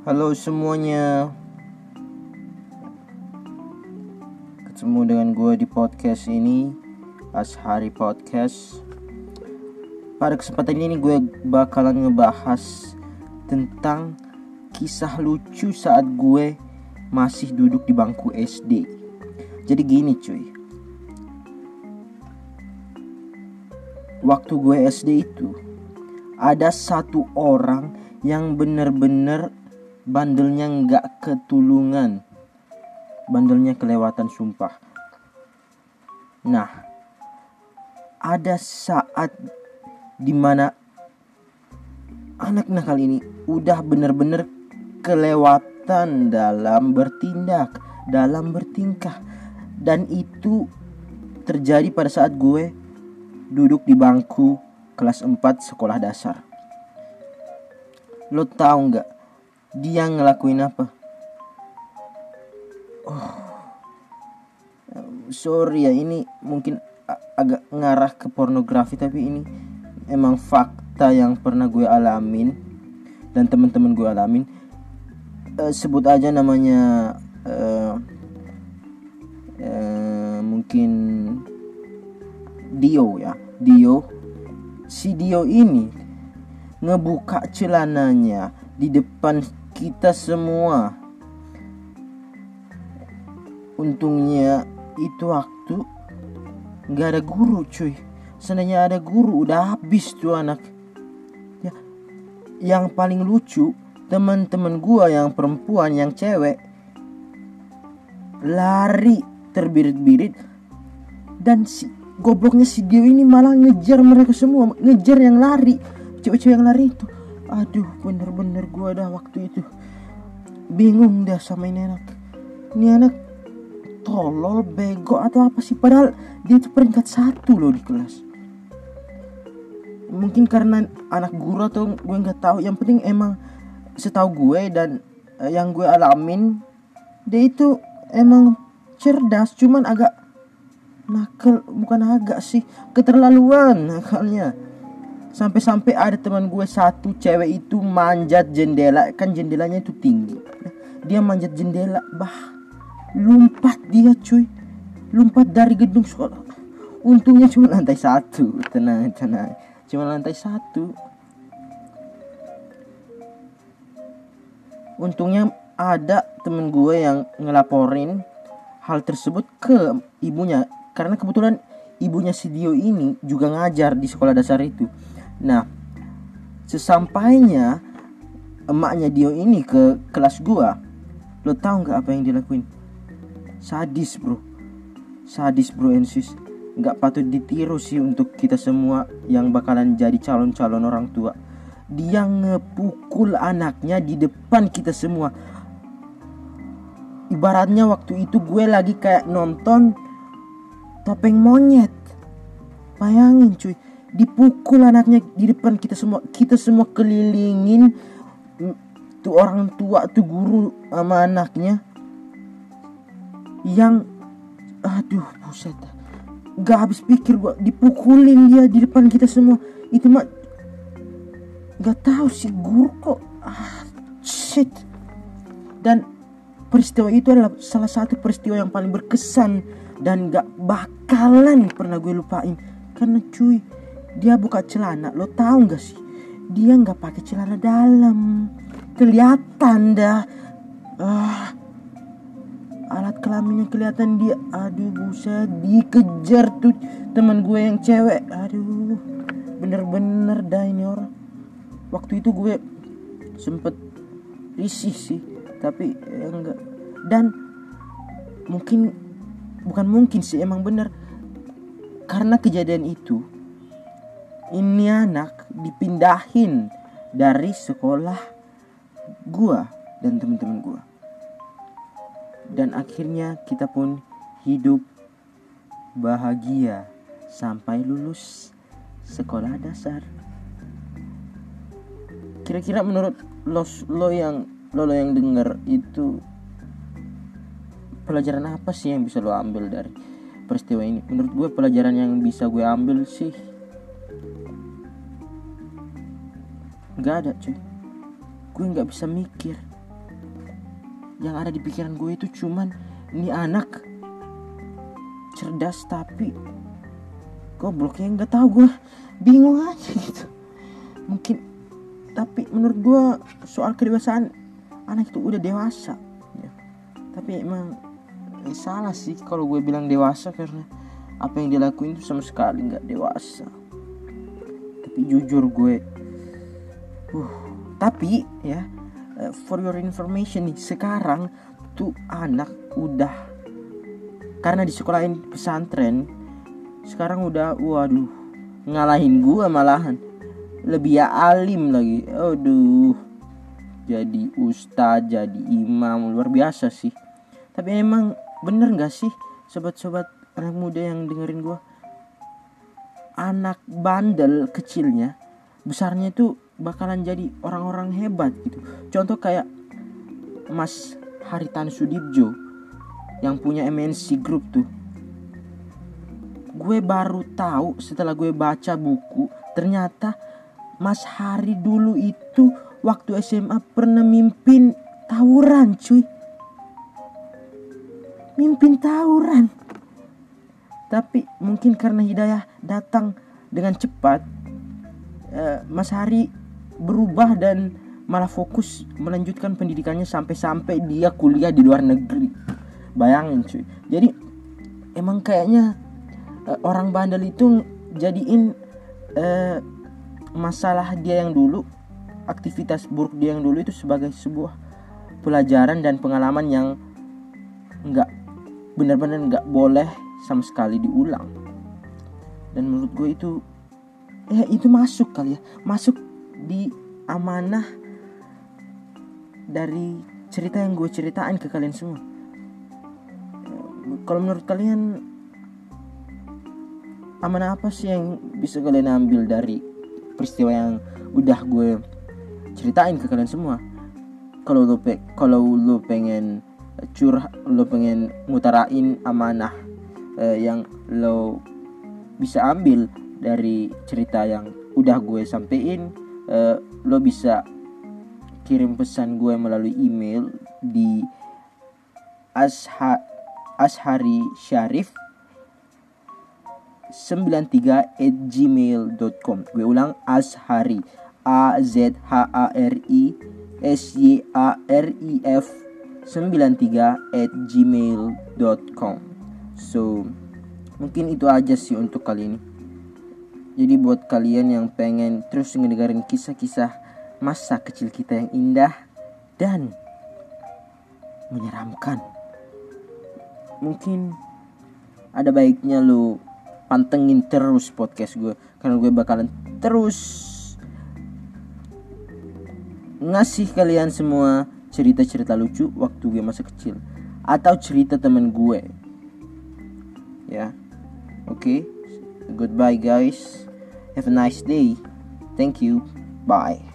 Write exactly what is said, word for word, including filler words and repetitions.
Halo semuanya, ketemu dengan gue di podcast ini, Ashari Podcast. Pada kesempatan ini gue bakalan ngebahas tentang kisah lucu saat gue masih duduk di bangku S D. Jadi gini cuy, waktu gue S D itu ada satu orang yang bener-bener bandelnya gak ketulungan, bandelnya kelewatan sumpah. Nah, ada saat dimana anak nakal ini udah bener-bener kelewatan dalam bertindak, dalam bertingkah. Dan itu terjadi pada saat gue duduk di bangku kelas empat sekolah dasar. Lo tahu gak dia ngelakuin apa? Oh, sorry ya, ini mungkin agak ngarah ke pornografi, tapi ini emang fakta yang pernah gue alamin dan teman-teman gue alamin. Uh, sebut aja namanya uh, uh, mungkin Dio ya, Dio. Si Dio ini ngebuka celananya di depan kita semua. Untungnya itu waktu gak ada guru cuy. Seandainya ada guru udah habis tuh anak ya. Yang paling lucu, teman-teman gua yang perempuan, yang cewek lari terbirit-birit, dan si gobloknya si Dio ini malah ngejar mereka semua, ngejar yang lari, cewek-cewek yang lari itu. Aduh, bener-bener gue dah waktu itu bingung dah sama ini anak. Ini anak tolol, bego atau apa sih? Padahal dia itu peringkat satu loh di kelas. Mungkin karena anak guru atau gue nggak tahu. Yang penting emang setahu gue dan eh, yang gue alamin, dia itu emang cerdas, cuman agak nakal. Bukan agak sih, keterlaluan nakalnya. Sampai-sampai ada teman gue satu cewek itu manjat jendela, kan jendelanya itu tinggi. Dia manjat jendela, bah, lompat dia cuy, lompat dari gedung sekolah. Untungnya cuma lantai satu, tenang tenang, cuma lantai satu. Untungnya ada teman gue yang ngelaporin hal tersebut ke ibunya, karena kebetulan ibunya si Dio ini juga ngajar di sekolah dasar itu. Nah, sesampainya emaknya Dio ini ke kelas gua, lo tahu nggak apa yang dilakuin? Sadis bro, sadis bro and sis. Nggak patut ditiru sih untuk kita semua yang bakalan jadi calon-calon orang tua. Dia ngepukul anaknya di depan kita semua. Ibaratnya waktu itu gue lagi kayak nonton Topeng Monyet. Bayangin cuy, dipukul anaknya di depan kita semua. Kita semua kelilingin tuh orang tua, tuh guru sama anaknya. Yang aduh buset, gak habis pikir gua, dipukulin dia di depan kita semua. Itu mah gak tahu si guru kok ah, shit. Dan peristiwa itu adalah salah satu peristiwa yang paling berkesan dan gak bakalan pernah gue lupain. Karena cuy, dia buka celana, lo tahu nggak sih? Dia nggak pakai celana dalam, kelihatan dah. Ah, alat kelaminnya kelihatan dia. Aduh buset, dikejar tuh teman gue yang cewek. Aduh, bener-bener dah ini orang. Waktu itu gue sempet risih sih, tapi eh, enggak. Dan mungkin bukan mungkin sih, emang bener. Karena kejadian itu, ini anak dipindahin dari sekolah gua dan teman-teman gua. Dan akhirnya kita pun hidup bahagia sampai lulus sekolah dasar. Kira-kira menurut lo, lo yang lo, lo yang denger itu, pelajaran apa sih yang bisa lo ambil dari peristiwa ini? Menurut gue pelajaran yang bisa gue ambil sih gak ada cuy. Gue gak bisa mikir. yang ada di pikiran gue itu cuman ini anak cerdas tapi gobloknya nggak tahu, gue bingung aja gitu. Mungkin tapi menurut gue soal kedewasaan anak itu udah dewasa ya. Tapi emang eh, salah sih kalau gue bilang dewasa, karena apa yang dia lakuin itu sama sekali nggak dewasa. Tapi jujur gue uh, tapi ya uh, for your information nih, sekarang tuh anak udah, karena di sekolahin pesantren sekarang udah waduh ngalahin gue, malahan lebih ya alim lagi. Aduh, jadi ustadz, jadi imam, luar biasa sih. Tapi emang bener gak sih sobat-sobat anak muda yang dengerin gue, anak bandel kecilnya besarnya itu bakalan jadi orang-orang hebat gitu. Contoh kayak Mas Haritanu Sudibjo yang punya M N C Group tuh. Gue baru tahu setelah gue baca buku, ternyata Mas Hari dulu itu waktu S M A pernah mimpin tawuran, cuy. Mimpin tawuran. Tapi mungkin karena hidayah datang dengan cepat, eh, Mas Hari berubah dan malah fokus melanjutkan pendidikannya sampai-sampai dia kuliah di luar negeri. Bayangin cuy. Jadi emang kayaknya eh, orang bandel itu jadiin eh, masalah dia yang dulu, aktivitas buruk dia yang dulu itu sebagai sebuah pelajaran dan pengalaman yang enggak, benar-benar enggak boleh sama sekali diulang. Dan menurut gue itu ya itu masuk kali ya, masuk di amanah dari cerita yang gue ceritain ke kalian semua. Kalau menurut kalian amanah apa sih yang bisa kalian ambil dari peristiwa yang udah gue ceritain ke kalian semua? Kalau lo pe- kalau lo pengen curah, lo pengen ngutarain amanah eh, yang lo bisa ambil dari cerita yang udah gue sampein, eh, lo bisa kirim pesan gue melalui email di asha, asharisyarif sembilan tiga at gmail dot com. Gue ulang, Ashari, A Z H A R I S Y A R I F sembilan tiga at gmail dot com. So mungkin itu aja sih untuk kali ini. Jadi buat kalian yang pengen terus ngedengerin kisah-kisah masa kecil kita yang indah dan menyeramkan, mungkin ada baiknya lo pantengin terus podcast gue, karena gue bakalan terus ngasih kalian semua cerita-cerita lucu waktu gue masa kecil atau cerita temen gue. Ya, oke. Okay. Goodbye guys. Have a nice day. Thank you. Bye.